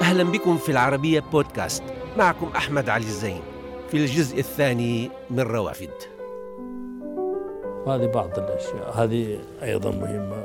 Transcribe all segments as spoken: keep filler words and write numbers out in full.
أهلا بكم في العربية بودكاست. معكم أحمد علي الزين في الجزء الثاني من روافد. هذه بعض الأشياء، هذه أيضا مهمة.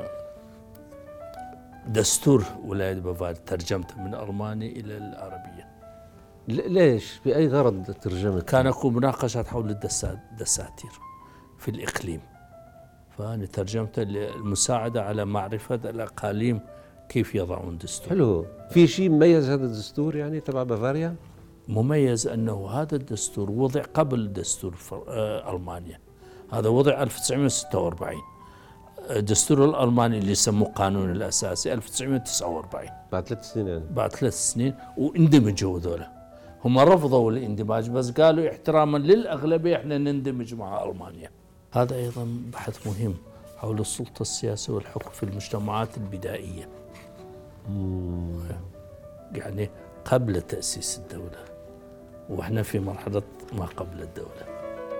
دستور ولاية بافاريا ترجمته من الألماني إلى العربية. ليش؟ بأي غرض ترجمت؟ كان أكو مناقشات حول الدساتير في الإقليم، فأنا ترجمته للمساعدة على معرفة الأقاليم كيف يضعون دستور. حلو. في شيء مميز هذا الدستور يعني تبع بافاريا؟ مميز أنه هذا الدستور وضع قبل دستور ألمانيا. هذا وضع ألف وتسعمائة وستة وأربعين. الدستور الألماني اللي يسموه قانون الأساسي ألف وتسعمائة وتسعة وأربعين، بعد ثلاث سنين يعني. بعد ثلاث سنين واندمجوا ذولا. هم رفضوا الاندماج بس قالوا احتراما للأغلبية احنا نندمج مع ألمانيا. هذا أيضا بحث مهم حول السلطة السياسية والحكم في المجتمعات البدائية. مم. يعني قبل تأسيس الدولة، وإحنا في مرحلة ما قبل الدولة.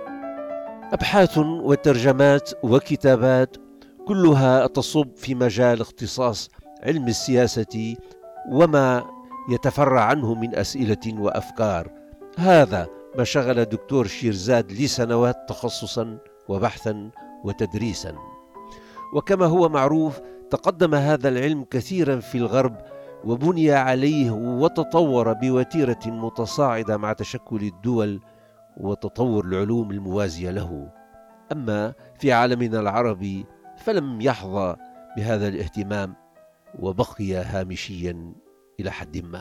أبحاث وترجمات وكتابات كلها تصب في مجال اختصاص علم السياسة وما يتفرع عنه من أسئلة وأفكار. هذا ما شغل الدكتور شيرزاد لسنوات تخصصا وبحثا وتدريسا. وكما هو معروف تقدم هذا العلم كثيرا في الغرب وبني عليه وتطور بوتيرة متصاعدة مع تشكل الدول وتطور العلوم الموازية له. أما في عالمنا العربي فلم يحظى بهذا الاهتمام وبقي هامشيا إلى حد ما.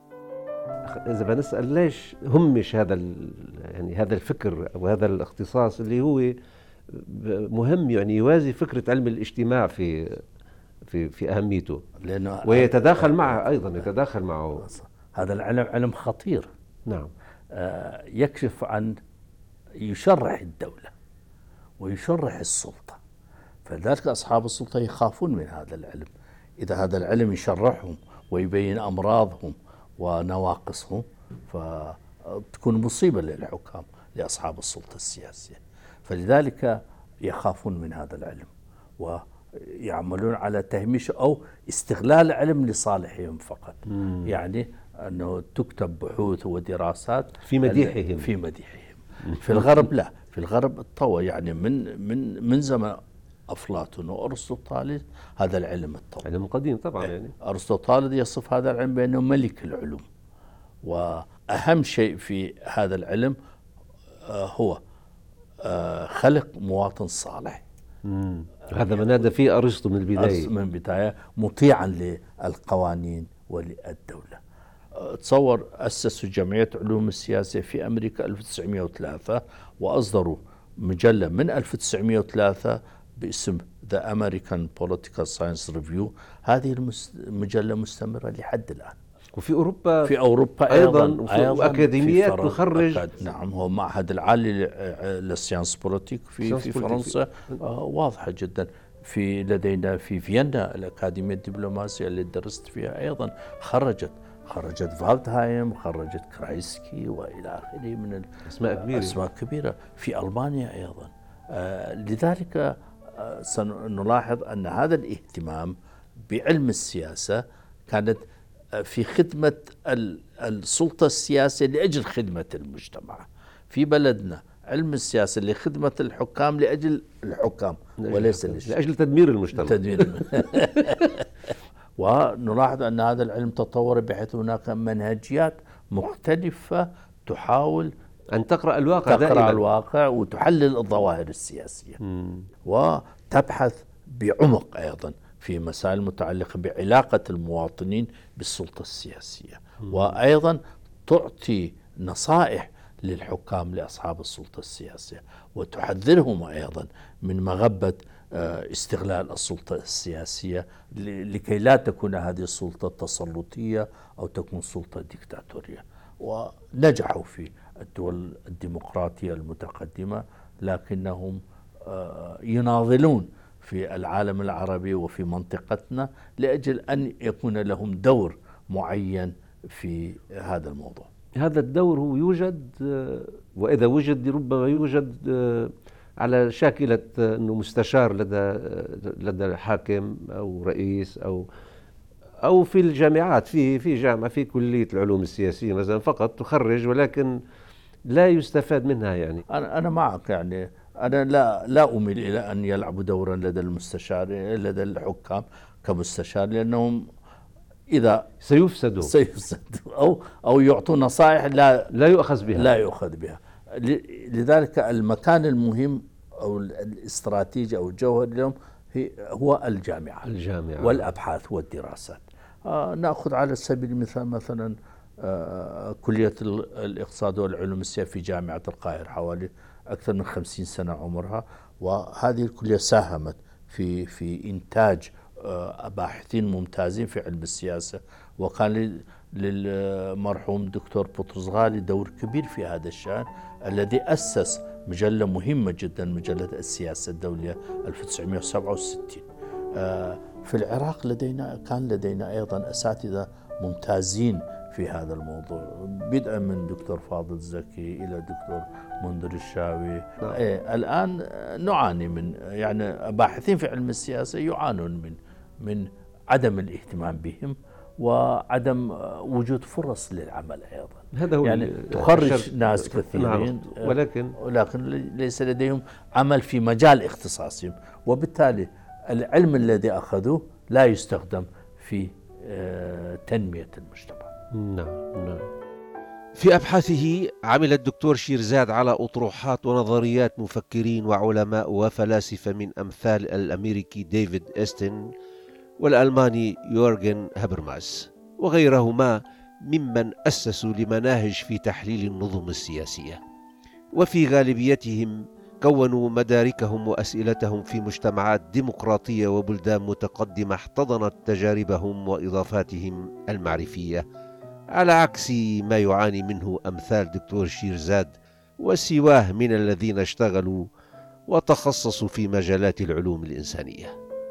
إذا بنسأل ليش همش هذا يعني هذا الفكر أو هذا الاختصاص اللي هو مهم، يعني يوازي فكرة علم الاجتماع في في في أهميته، لأنه ويتداخل معه أيضا يتداخل معه. هذا العلم علم خطير. نعم. آه يكشف عن يشرح الدولة ويشرح السلطة، فلذلك أصحاب السلطة يخافون من هذا العلم. إذا هذا العلم يشرحهم ويبين أمراضهم ونواقصهم فتكون مصيبة للحكام لأصحاب السلطة السياسية، فلذلك يخافون من هذا العلم ويعملون على تهميشه أو استغلال العلم لصالحهم فقط. مم. يعني أنه تكتب بحوث ودراسات في مديحهم في مديحهم. في الغرب لا، في الغرب اتطور يعني من من من زمن أفلاطون وأرسطو طالب هذا العلم اتطور. علم قديم طبعا. يعني أرسطو طالب يصف هذا العلم بأنه ملك العلوم، وأهم شيء في هذا العلم هو خلق مواطن صالح. مم. هذا ما نادى فيه أرسطو من البداية، من البداية مطيعا للقوانين وللدولة. تصور أسسوا جمعية علوم السياسة في أمريكا ألف وتسعمائة وثلاثة وأصدروا مجلة من ألف وتسعمائة وثلاثة باسم The American Political Science Review. هذه المجلة مستمرة لحد الآن. وفي أوروبا في أوروبا أيضا, أيضا وأكاديميات تخرج. نعم، هو معهد العالي للسيانس بوليتيك في, في فرنسا. آه واضحة جدا. في لدينا في فيينا الأكاديمية الدبلوماسية اللي درست فيها أيضا خرجت خرجت فالدهايم، خرجت كرايسكي وإلى آخره من أسماء كبيرة. أسماء كبيرة في ألمانيا أيضا. آه لذلك آه سنلاحظ أن هذا الاهتمام بعلم السياسة كانت آه في خدمة السلطة السياسية لأجل خدمة المجتمع. في بلدنا علم السياسة لخدمة الحكام لأجل الحكام وليس لأجل تدمير المجتمع. تدمير ونلاحظ أن هذا العلم تطور بحيث هناك منهجيات مختلفة تحاول أن تقرأ الواقع تقرأ دائما. الواقع وتحلل الظواهر السياسية. مم. وتبحث بعمق أيضا في مسائل متعلقة بعلاقة المواطنين بالسلطة السياسية. مم. وأيضا تعطي نصائح للحكام لأصحاب السلطة السياسية وتحذرهم أيضا من مغبة استغلال السلطة السياسية لكي لا تكون هذه السلطة تسلطية أو تكون سلطة ديكتاتورية. ونجحوا في الدول الديمقراطية المتقدمة، لكنهم يناضلون في العالم العربي وفي منطقتنا لأجل أن يكون لهم دور معين في هذا الموضوع. هذا الدور هو يوجد، وإذا وجد ربما يوجد على شاكلة أنه مستشار لدى لدى حاكم أو رئيس أو أو في الجامعات، في في جامعة في كلية العلوم السياسية مثلا فقط تخرج ولكن لا يستفاد منها. يعني أنا أنا معك، يعني أنا لا لا أميل إلى أن يلعبوا دورا لدى المستشار لدى الحكام كمستشار، لأنهم إذا سيفسدوا سيفسدوا أو أو يعطوا نصائح لا لا يؤخذ بها لا يؤخذ بها. لذلك المكان المهم أو الاستراتيجي أو الجوهر اليوم هو الجامعة الجامعة والأبحاث والدراسات. آه نأخذ على سبيل المثال مثلا آه كلية الاقتصاد والعلوم السياسية في جامعة القاهرة، حوالي أكثر من خمسين سنة عمرها، وهذه الكلية ساهمت في في إنتاج آه باحثين ممتازين في علم السياسة، وكان للمرحوم دكتور بطرس غالي دور كبير في هذا الشأن، الذي أسس مجلة مهمة جدا، مجلة السياسة الدولية ألف وتسعمائة وسبعة وستين. آه في العراق لدينا كان لدينا أيضا أساتذة ممتازين في هذا الموضوع، بدءا من دكتور فاضل زكي إلى دكتور منذر الشاوي. إيه الآن نعاني من يعني باحثين في علم السياسة يعانون من من عدم الاهتمام بهم وعدم وجود فرص للعمل أيضا. هذا هو يعني تخرج ناس كثيرين ولكن ولكن ليس لديهم عمل في مجال اختصاصهم، وبالتالي العلم الذي أخذوه لا يستخدم في تنمية المجتمع. نعم نعم. في أبحاثه عمل الدكتور شيرزاد على أطروحات ونظريات مفكرين وعلماء وفلاسفة من أمثال الأمريكي ديفيد إستن والألماني يورغن هابرماس وغيرهما ممن أسسوا لمناهج في تحليل النظم السياسية، وفي غالبيتهم كونوا مداركهم وأسئلتهم في مجتمعات ديمقراطية وبلدان متقدمة احتضنت تجاربهم وإضافاتهم المعرفية، على عكس ما يعاني منه أمثال دكتور شيرزاد وسواه من الذين اشتغلوا وتخصصوا في مجالات العلوم الإنسانية.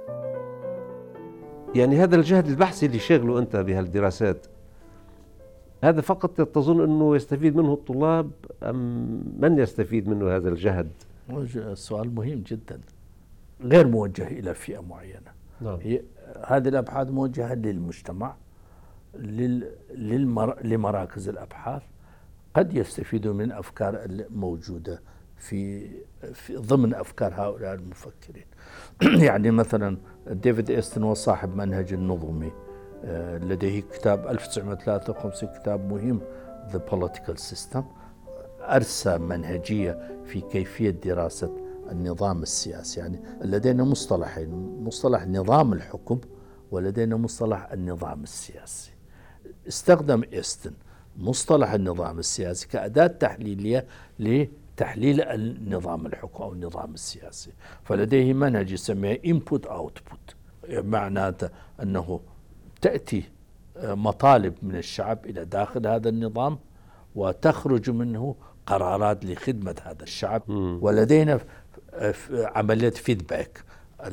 يعني هذا الجهد البحثي اللي شغله أنت بهالدراسات، هذا فقط تظن أنه يستفيد منه الطلاب أم من يستفيد منه هذا الجهد؟ سؤال مهم جدا، غير موجه إلى فئة معينة. نعم. هذه الأبحاث موجهة للمجتمع، للمر... لمراكز الأبحاث، قد يستفيدوا من أفكار الموجودة في, في ضمن أفكار هؤلاء المفكرين. يعني مثلا ديفيد إستن هو صاحب منهج النظمي، لديه كتاب ألف وتسعمائة وثلاثة وخمسين كتاب مهم The Political System، أرسى منهجية في كيفية دراسة النظام السياسي. يعني لدينا مصطلحين، مصطلح نظام الحكم ولدينا مصطلح النظام السياسي. استخدم إستن مصطلح النظام السياسي كأداة تحليلية لتحليل النظام الحكم أو النظام السياسي، فلديه منهج يسميه input output، معناته أنه تأتي مطالب من الشعب إلى داخل هذا النظام وتخرج منه قرارات لخدمة هذا الشعب، م. ولدينا عملية فيدباك،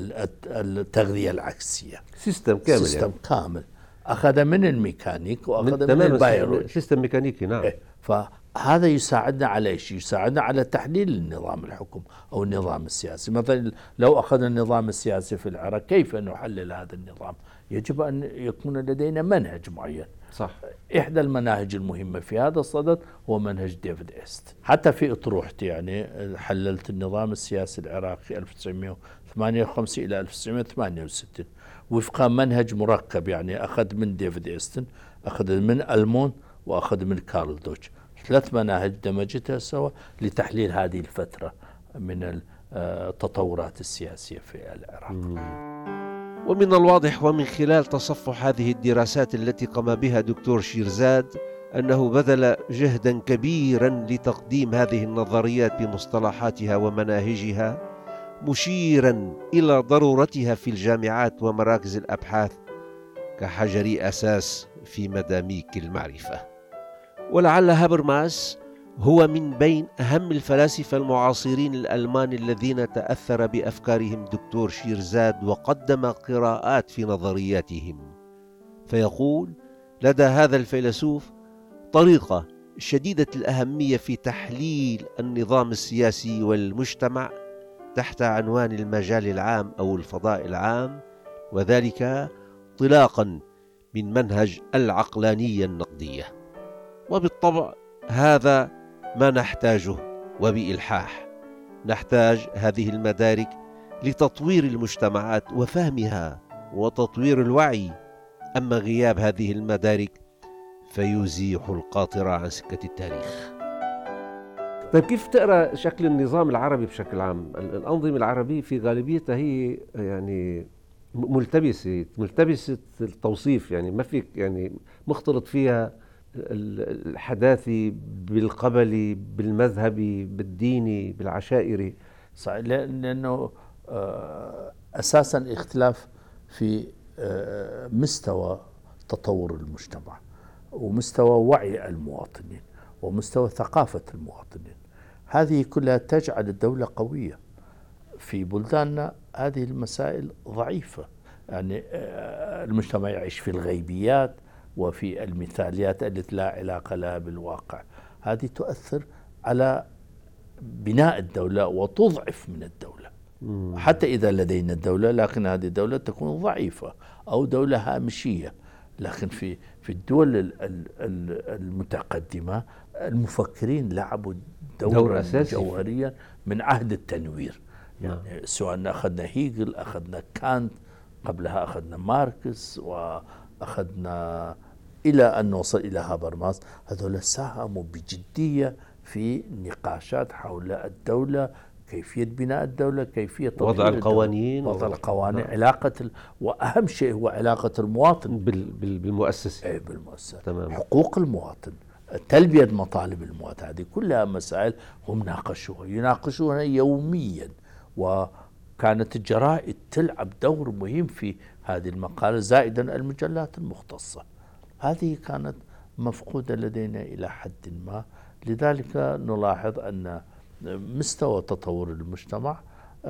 التغذية العكسية، سيستم كامل سيستم يعني. كامل أخذ من الميكانيك وأخذ من, من البيولوجي، سيستم ميكانيكي. نعم. إيه. فهذا يساعدنا على شيء، يساعدنا على تحليل النظام الحكم أو النظام السياسي. مثلا لو أخذ النظام السياسي في العراق كيف نحلل هذا النظام؟ يجب أن يكون لدينا منهج معين. صح. إحدى المناهج المهمة في هذا الصدد هو منهج ديفيد إست. حتى في أطروحتي يعني حللت النظام السياسي العراقي ألف وتسعمائة وثمانية وخمسين إلى ألف وتسعمائة وثمانية وستين وفق منهج مركب، يعني أخذ من ديفيد إستن، أخذ من ألمون، وأخذ من كارل دوتش، ثلاث مناهج دمجتها سوا لتحليل هذه الفترة من التطورات السياسية في العراق. مم. ومن الواضح ومن خلال تصفح هذه الدراسات التي قام بها دكتور شيرزاد أنه بذل جهدا كبيرا لتقديم هذه النظريات بمصطلحاتها ومناهجها، مشيرا إلى ضرورتها في الجامعات ومراكز الأبحاث كحجر أساس في مداميك المعرفة. ولعل هابرماس هو من بين أهم الفلاسفة المعاصرين الألمان الذين تأثر بأفكارهم دكتور شيرزاد وقدم قراءات في نظرياتهم. فيقول لدى هذا الفيلسوف طريقة شديدة الأهمية في تحليل النظام السياسي والمجتمع تحت عنوان المجال العام أو الفضاء العام، وذلك انطلاقا من منهج العقلانية النقدية. وبالطبع هذا ما نحتاجه، وبإلحاح نحتاج هذه المدارك لتطوير المجتمعات وفهمها وتطوير الوعي. أما غياب هذه المدارك فيزيح القاطرة عن سكة التاريخ. طيب كيف تقرأ شكل النظام العربي بشكل عام؟ الأنظمة العربية في غالبيتها هي يعني ملتبسة ملتبسة التوصيف، يعني ما فيك يعني مختلط فيها الحداثي بالقبلي بالمذهبي بالديني بالعشائري. صحيح، لأنه أساسا اختلاف في مستوى تطور المجتمع ومستوى وعي المواطنين ومستوى ثقافة المواطنين. هذه كلها تجعل الدولة قوية. في بلداننا هذه المسائل ضعيفة، يعني المجتمع يعيش في الغيبيات وفي المثاليات التي لا علاقة لها بالواقع. هذه تؤثر على بناء الدولة وتضعف من الدولة. حتى إذا لدينا الدولة لكن هذه الدولة تكون ضعيفة أو دولة هامشية. لكن في في الدول المتقدمة المفكرين لعبوا دورا دور أساسي جوهريا من عهد التنوير. يعني سواء أخذنا هيجل، أخذنا كانت، قبلها أخذنا ماركس، وأخذنا إلى أن نوصل إلى هابرماس. هذول ساهموا بجدية في نقاشات حول الدولة، كيفية بناء الدولة، كيفية وضع القوانين، وضع القوانين، علاقة ال... وأهم شيء هو علاقة المواطن بال... بال... بالمؤسسة. أي بالمؤسسة. تمام. حقوق المواطن، تلبية مطالب المواطن، هذه كلها مسائل هم ناقشوها يناقشونها يوميا. وكانت الجرائد تلعب دور مهم في هذه المقالة، زائدا المجلات المختصة. هذه كانت مفقودة لدينا إلى حد ما. لذلك نلاحظ أن مستوى تطور المجتمع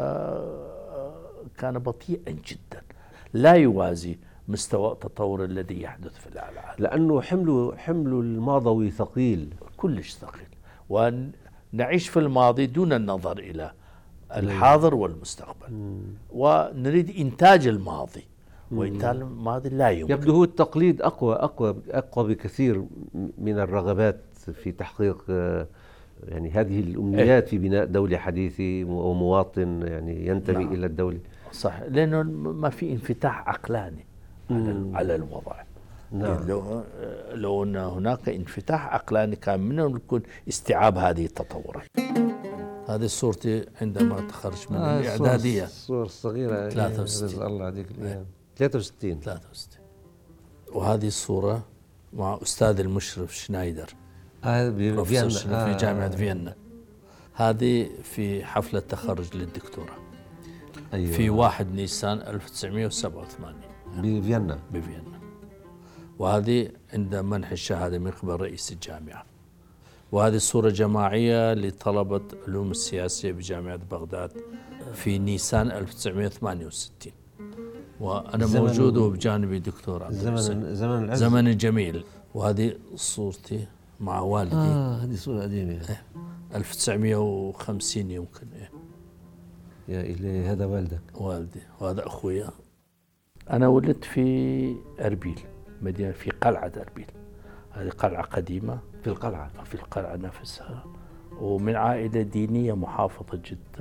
كان بطيئا جدا، لا يوازي مستوى التطور الذي يحدث في العالم، لأنه حمله حمله الماضوي ثقيل، كلش ثقيل. ونعيش في الماضي دون النظر إلى الحاضر والمستقبل. مم. ونريد إنتاج الماضي، وإنتاج الماضي لا يمكن. يبدو هو التقليد أقوى أقوى أقوى بكثير من الرغبات في تحقيق يعني هذه الأمنيات إيه؟ في بناء دولة حديثة ومواطن يعني ينتمي نعم. إلى الدولة. صح، لأنه ما في انفتاح عقلاني على, على الوضع. نعم. لو لو أن هناك انفتاح عقلاني كان منه يكون استيعاب هذه التطورات. هذه صورتي عندما تخرج من آه الإعدادية، الصور الصغيرة ثلاثة وستين. رزق الله هذيك الأيام. ثلاثة وستين. ثلاثة وستين. وهذه الصورة مع أستاذ المشرف شنايدر آه بروفيسور في جامعة آه. فيينا. هذه في حفلة تخرج للدكتوراه. أيوة. في واحد نيسان ألف وتسعمائة وسبعة وثمانين بفيينا. بفيينا. وهذه عند منح الشهادة من قبل رئيس الجامعة. وهذه الصورة جماعية لطلبة علوم السياسية بجامعة بغداد في نيسان ألف وتسعمائة وثمانية وستين. وأنا موجود وبجانبي دكتور عبد الزمن زمن العز، زمن جميل. وهذه صورتي مع والدي. آه هذه صورة قديمة. إيه. ألف وتسعمائة وخمسين يمكن. إيه. يا إلهي، هذا والدك؟ والدي. وهذا أخويا. أنا ولدت في أربيل، مدينة في قلعة أربيل. هذه قلعة قديمة. في القلعة؟ في القلعة نفسها. ومن عائلة دينية محافظة جدا.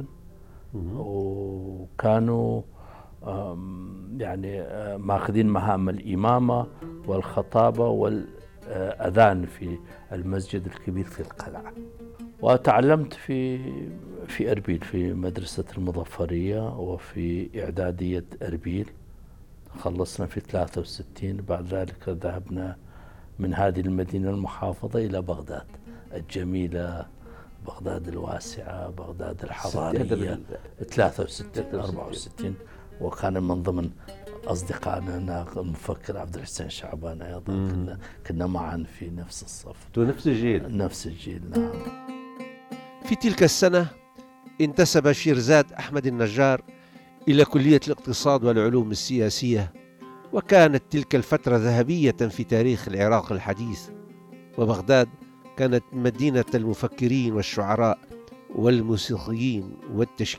وكانوا يعني ماخذين مهام الإمامة والخطابة والأذان في المسجد الكبير في القلعة. وتعلمت في في أربيل في مدرسة المظفرية وفي إعدادية أربيل. خلصنا في ثلاثة وستين. بعد ذلك ذهبنا من هذه المدينة المحافظة إلى بغداد الجميلة، بغداد الواسعة، بغداد الحضارية. ثلاثة وستين أربعة وستين. وكان من ضمن أصدقائنا المفكر عبد الحسين شعبان أيضا. كنا كنا معا في نفس الصف. نفس الجيل. نفس الجيل نعم. في تلك السنة انتسب شيرزاد أحمد النجار إلى كلية الاقتصاد والعلوم السياسية، وكانت تلك الفترة ذهبية في تاريخ العراق الحديث. وبغداد كانت مدينة المفكرين والشعراء والموسيقيين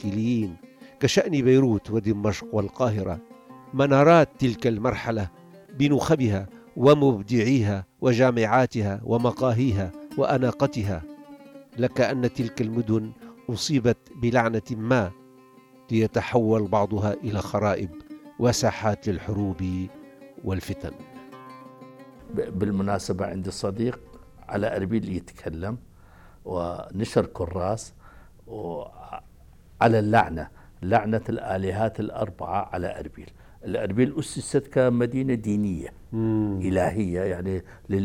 والتشكيليين، كشأن بيروت ودمشق والقاهرة. منارات تلك المرحلة بنخبها ومبدعيها وجامعاتها ومقاهيها وأناقتها، لكأن تلك المدن أصيبت بلعنة ما ليتحول بعضها إلى خرائب وساحات للحروب والفتن. بالمناسبة عندي صديق على أربيل يتكلم ونشر كراس على اللعنة، لعنة الآلهات الأربعة على أربيل. الأربيل أسست كمدينة دينية مم. إلهية يعني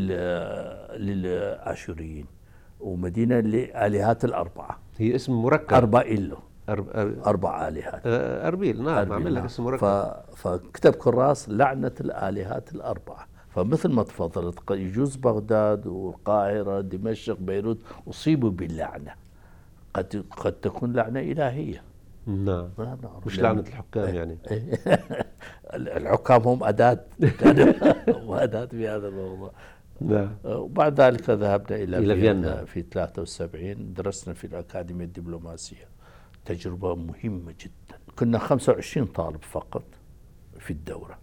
للآشوريين، ومدينة لآلهات الأربعة. هي اسم مركب، أربع إلو أرب... أربع آلهات. أربيل نعم، عمل لك اسم مركب. ف... فكتب كراس لعنة الآلهات الأربعة. فمثل ما تفضلت يجوز بغداد والقاهرة دمشق بيروت أصيبوا باللعنة، قد قد تكون لعنة إلهية. نعم، مش لعنة الحكام يعني. الحكام هم أداة هم أداة في هذا الموضوع. نعم. وبعد ذلك ذهبنا إلى, إلى فيينا, فيينا في ثلاثة وسبعين، درسنا في الأكاديمية الدبلوماسية، تجربة مهمة جدا. كنا خمسة وعشرين طالب فقط في الدورة،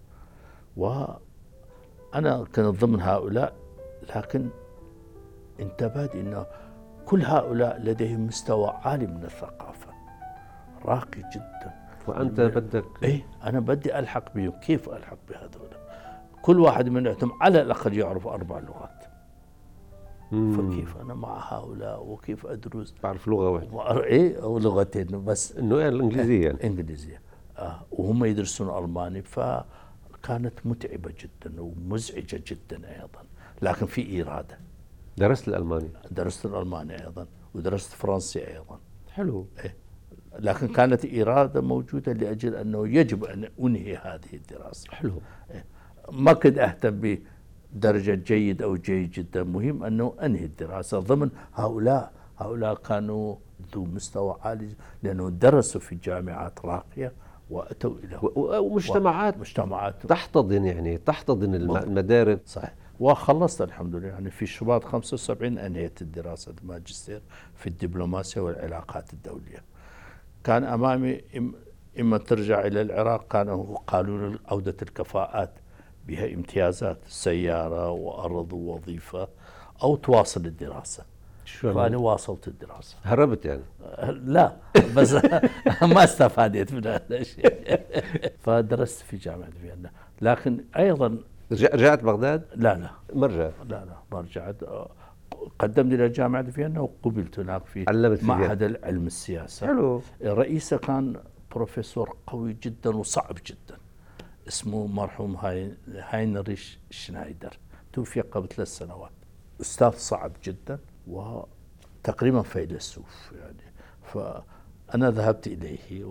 وأنا كنت ضمن هؤلاء، لكن انتبهت أن كل هؤلاء لديهم مستوى عالي من الثقافة، راقي جدا. وأنت بدك إيه، أنا بدي ألحق بهم. كيف ألحق بهذول؟ كل واحد منهم على الأقل يعرف أربع لغات. مم. فكيف أنا مع هؤلاء وكيف أدرس؟ بعرف لغة واحدة. إيه، أو لغتين بس. إنه الإنجليزية يعني. إنجليزية. آه. وهم يدرسون ألماني، فكانت متعبة جدا ومزعجة جدا أيضا، لكن في إرادة. درست الألماني؟ درست الألماني أيضا، ودرست فرنسي أيضا. حلو. إيه. لكن كانت إرادة موجودة لأجل أنه يجب أن أنهي هذه الدراسة. حلو. إيه. ما كنت أهتم بدرجة جيد أو جيد جدا، مهم أنه أنهي الدراسة ضمن هؤلاء. هؤلاء كانوا ذو مستوى عالي لأنه درسوا في جامعات راقية وأتوا إلى ومجتمعات مجتمعات تحتضن يعني تحتضن المدارس. صحيح. وخلصت الحمد لله يعني في شباط خمسة وسبعين أنهيت الدراسة الماجستير في الدبلوماسيا والعلاقات الدولية. كان أمامي إما ترجع إلى العراق، كانوا قالوا لي عودة الكفاءات بها امتيازات سيارة وأرض ووظيفة، أو تواصل الدراسة. فأنا واصلت الدراسة. هربت يعني؟ لا بس ما استفادت من هذا الشيء. فدرست في جامعة فيينا، لكن أيضا رجعت بغداد؟ لا لا ما رجعت. لا لا ما رجعت. قدمت إلى جامعة فيينا وقبلت هناك في معهد العلم السياسة. حلو. رئيسه كان بروفيسور قوي جدا وصعب جدا، اسمه مرحوم هاينريش شنايدر، توفي قبل ثلاث سنوات. أستاذ صعب جدا وتقريبا فيلسوف يعني. فأنا ذهبت إليه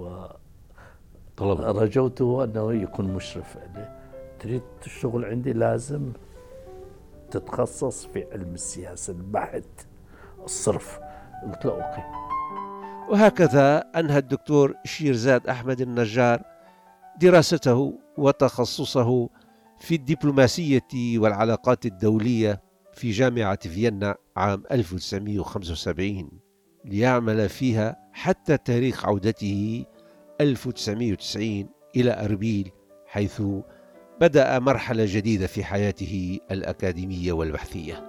ورجوته أنه يكون مشرف عليه. تريد الشغل عندي لازم تتخصص في علم السياسة البحت الصرف. قلت له أوكي. وهكذا أنهى الدكتور شيرزاد أحمد النجار دراسته وتخصصه في الدبلوماسية والعلاقات الدولية في جامعة فيينا عام ألف وتسعمائة وخمسة وسبعين، ليعمل فيها حتى تاريخ عودته ألف وتسعمائة وتسعين إلى أربيل، حيث بدأ مرحلة جديدة في حياته الأكاديمية والبحثية.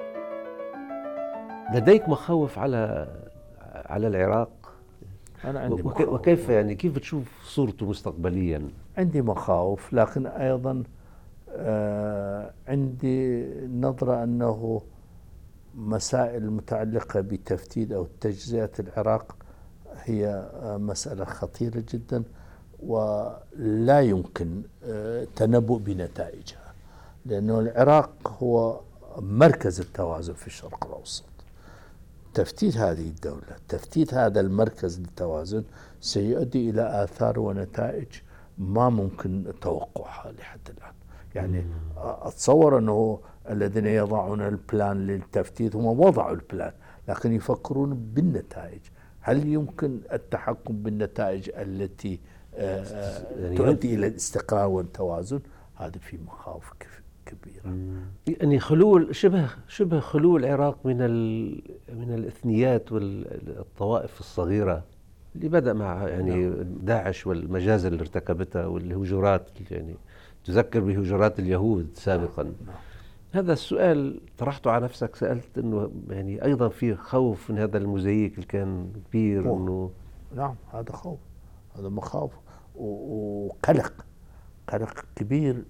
لديك مخاوف على على العراق؟ أنا عندي وك... وكيف يعني كيف بتشوف صورته مستقبليا؟ عندي مخاوف، لكن أيضا آه عندي نظرة أنه مسائل متعلقة بتفتيت أو تجزئة العراق هي آه مسألة خطيرة جدا، ولا يمكن آه تنبؤ بنتائجها، لأنه العراق هو مركز التوازن في الشرق الأوسط. تفتيت هذه الدولة، تفتيت هذا المركز للتوازن سيؤدي إلى آثار ونتائج ما ممكن توقعها لحد الآن. يعني أتصور أنه الذين يضعون البلان للتفتيت هم وضعوا البلان، لكن يفكرون بالنتائج. هل يمكن التحكم بالنتائج التي يعني تؤدي إلى الاستقرار والتوازن؟ هذا في مخاوف كبيرة. يعني خلول شبه شبه خلول العراق من من الإثنيات والطوائف الصغيرة اللي بدأ مع يعني داعش والمجازر اللي ارتكبتها والهجورات يعني تذكر بهجرات اليهود سابقا. نعم. هذا السؤال طرحته على نفسك، سألت أنه يعني أيضا في خوف من هذا الموزاييك اللي كان كبير. أوه. أنه نعم، هذا خوف، هذا مخاوف وقلق، قلق كبير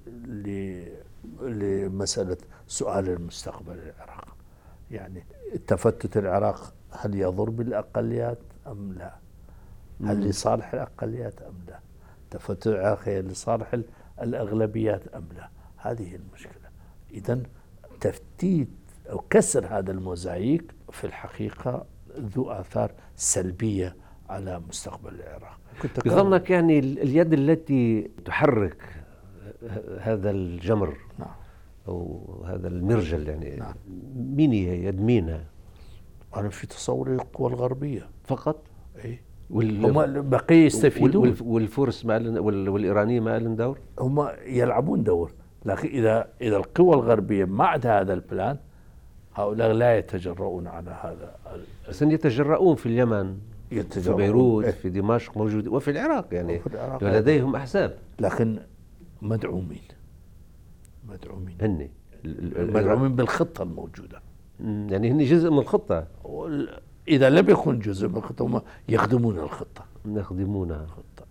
لمسألة سؤال المستقبل العراق. يعني تفتت العراق هل يضر بالأقليات أم لا؟ هل لصالح الأقليات أم لا؟ تفتت العراق لصالح الأغلبيات أم لا؟ هذه المشكلة. إذن تفتيت أو كسر هذا الموزاييك في الحقيقة ذو آثار سلبية على مستقبل العراق. بظنك يعني اليد التي تحرك هذا الجمر، نعم، أو هذا المرجل، يعني نعم، مين هي؟ يد مين؟ أنا في تصوري القوى الغربية فقط. إيه؟ وال... هم البقية يستفيدون. وال... والفرس ما لن... وال... والإيرانية ما لهم دور؟ هم يلعبون دور، لكن إذا إذا القوى الغربية ما عندها هذا البلان، هؤلاء لا يتجرؤون على هذا. بس يتجرؤون في اليمن، في بيروت، إيه؟ في دمشق موجود، وفي العراق يعني وفي العراق لديهم أحزاب، لكن مدعومين مدعومين هن مدعومين بالخطة الموجودة. يعني هن جزء من الخطة. إذا لم يكن جزء من الخطة هم يخدمون الخطة يخدمونها الخطة.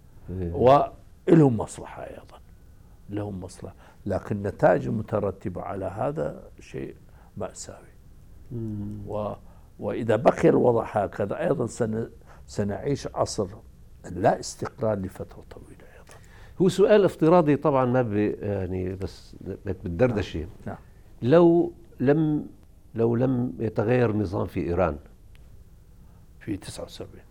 ولهم مصلحة أيضا، لهم مصلحة، لكن النتائج المترتبة على هذا شيء مأساوي. و وإذا بقي الوضع هكذا أيضا سن سنعيش عصر لا استقرار لفترة طويلة أيضا. هو سؤال افتراضي طبعا، ما بي يعني بس بالدردشة. نعم. نعم. لو لم لو لم يتغير النظام في إيران في تسعة وسبعين،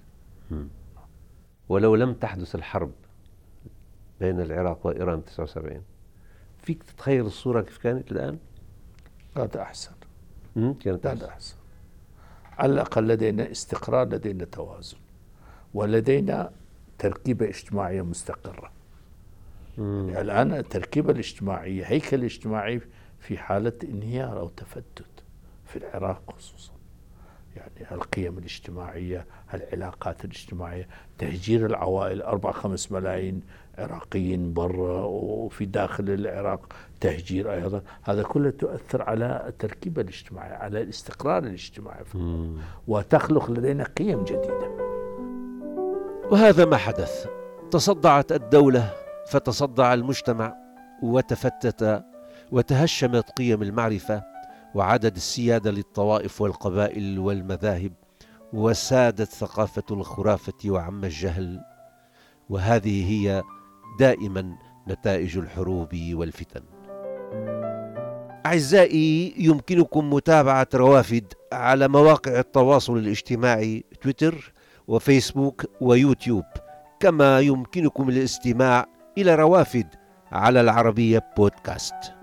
ولو لم تحدث الحرب بين العراق وإيران تسعة وسبعين، فيك تتخيل الصورة كيف كانت الآن؟ كانت أحسن. كانت أحسن. أحسن. على الأقل لدينا استقرار، لدينا توازن، ولدينا تركيبة اجتماعية مستقرة. يعني الآن التركيبة الاجتماعية، هيكل الاجتماعي في حالة انهيار أو تفتت في العراق خصوصا. يعني القيم الاجتماعية، العلاقات الاجتماعية، تهجير العوائل، أربع خمس ملايين عراقيين برا وفي داخل العراق تهجير أيضا، هذا كله تؤثر على التركيبة الاجتماعية، على الاستقرار الاجتماعي، وتخلق لدينا قيم جديدة. وهذا ما حدث. تصدعت الدولة فتصدع المجتمع، وتفتت وتهشمت قيم المعرفة وعدد السيادة للطوائف والقبائل والمذاهب، وسادت ثقافة الخرافة وعم الجهل. وهذه هي دائما نتائج الحروب والفتن. أعزائي، يمكنكم متابعة روافد على مواقع التواصل الاجتماعي تويتر وفيسبوك ويوتيوب، كما يمكنكم الاستماع إلى روافد على العربية بودكاست.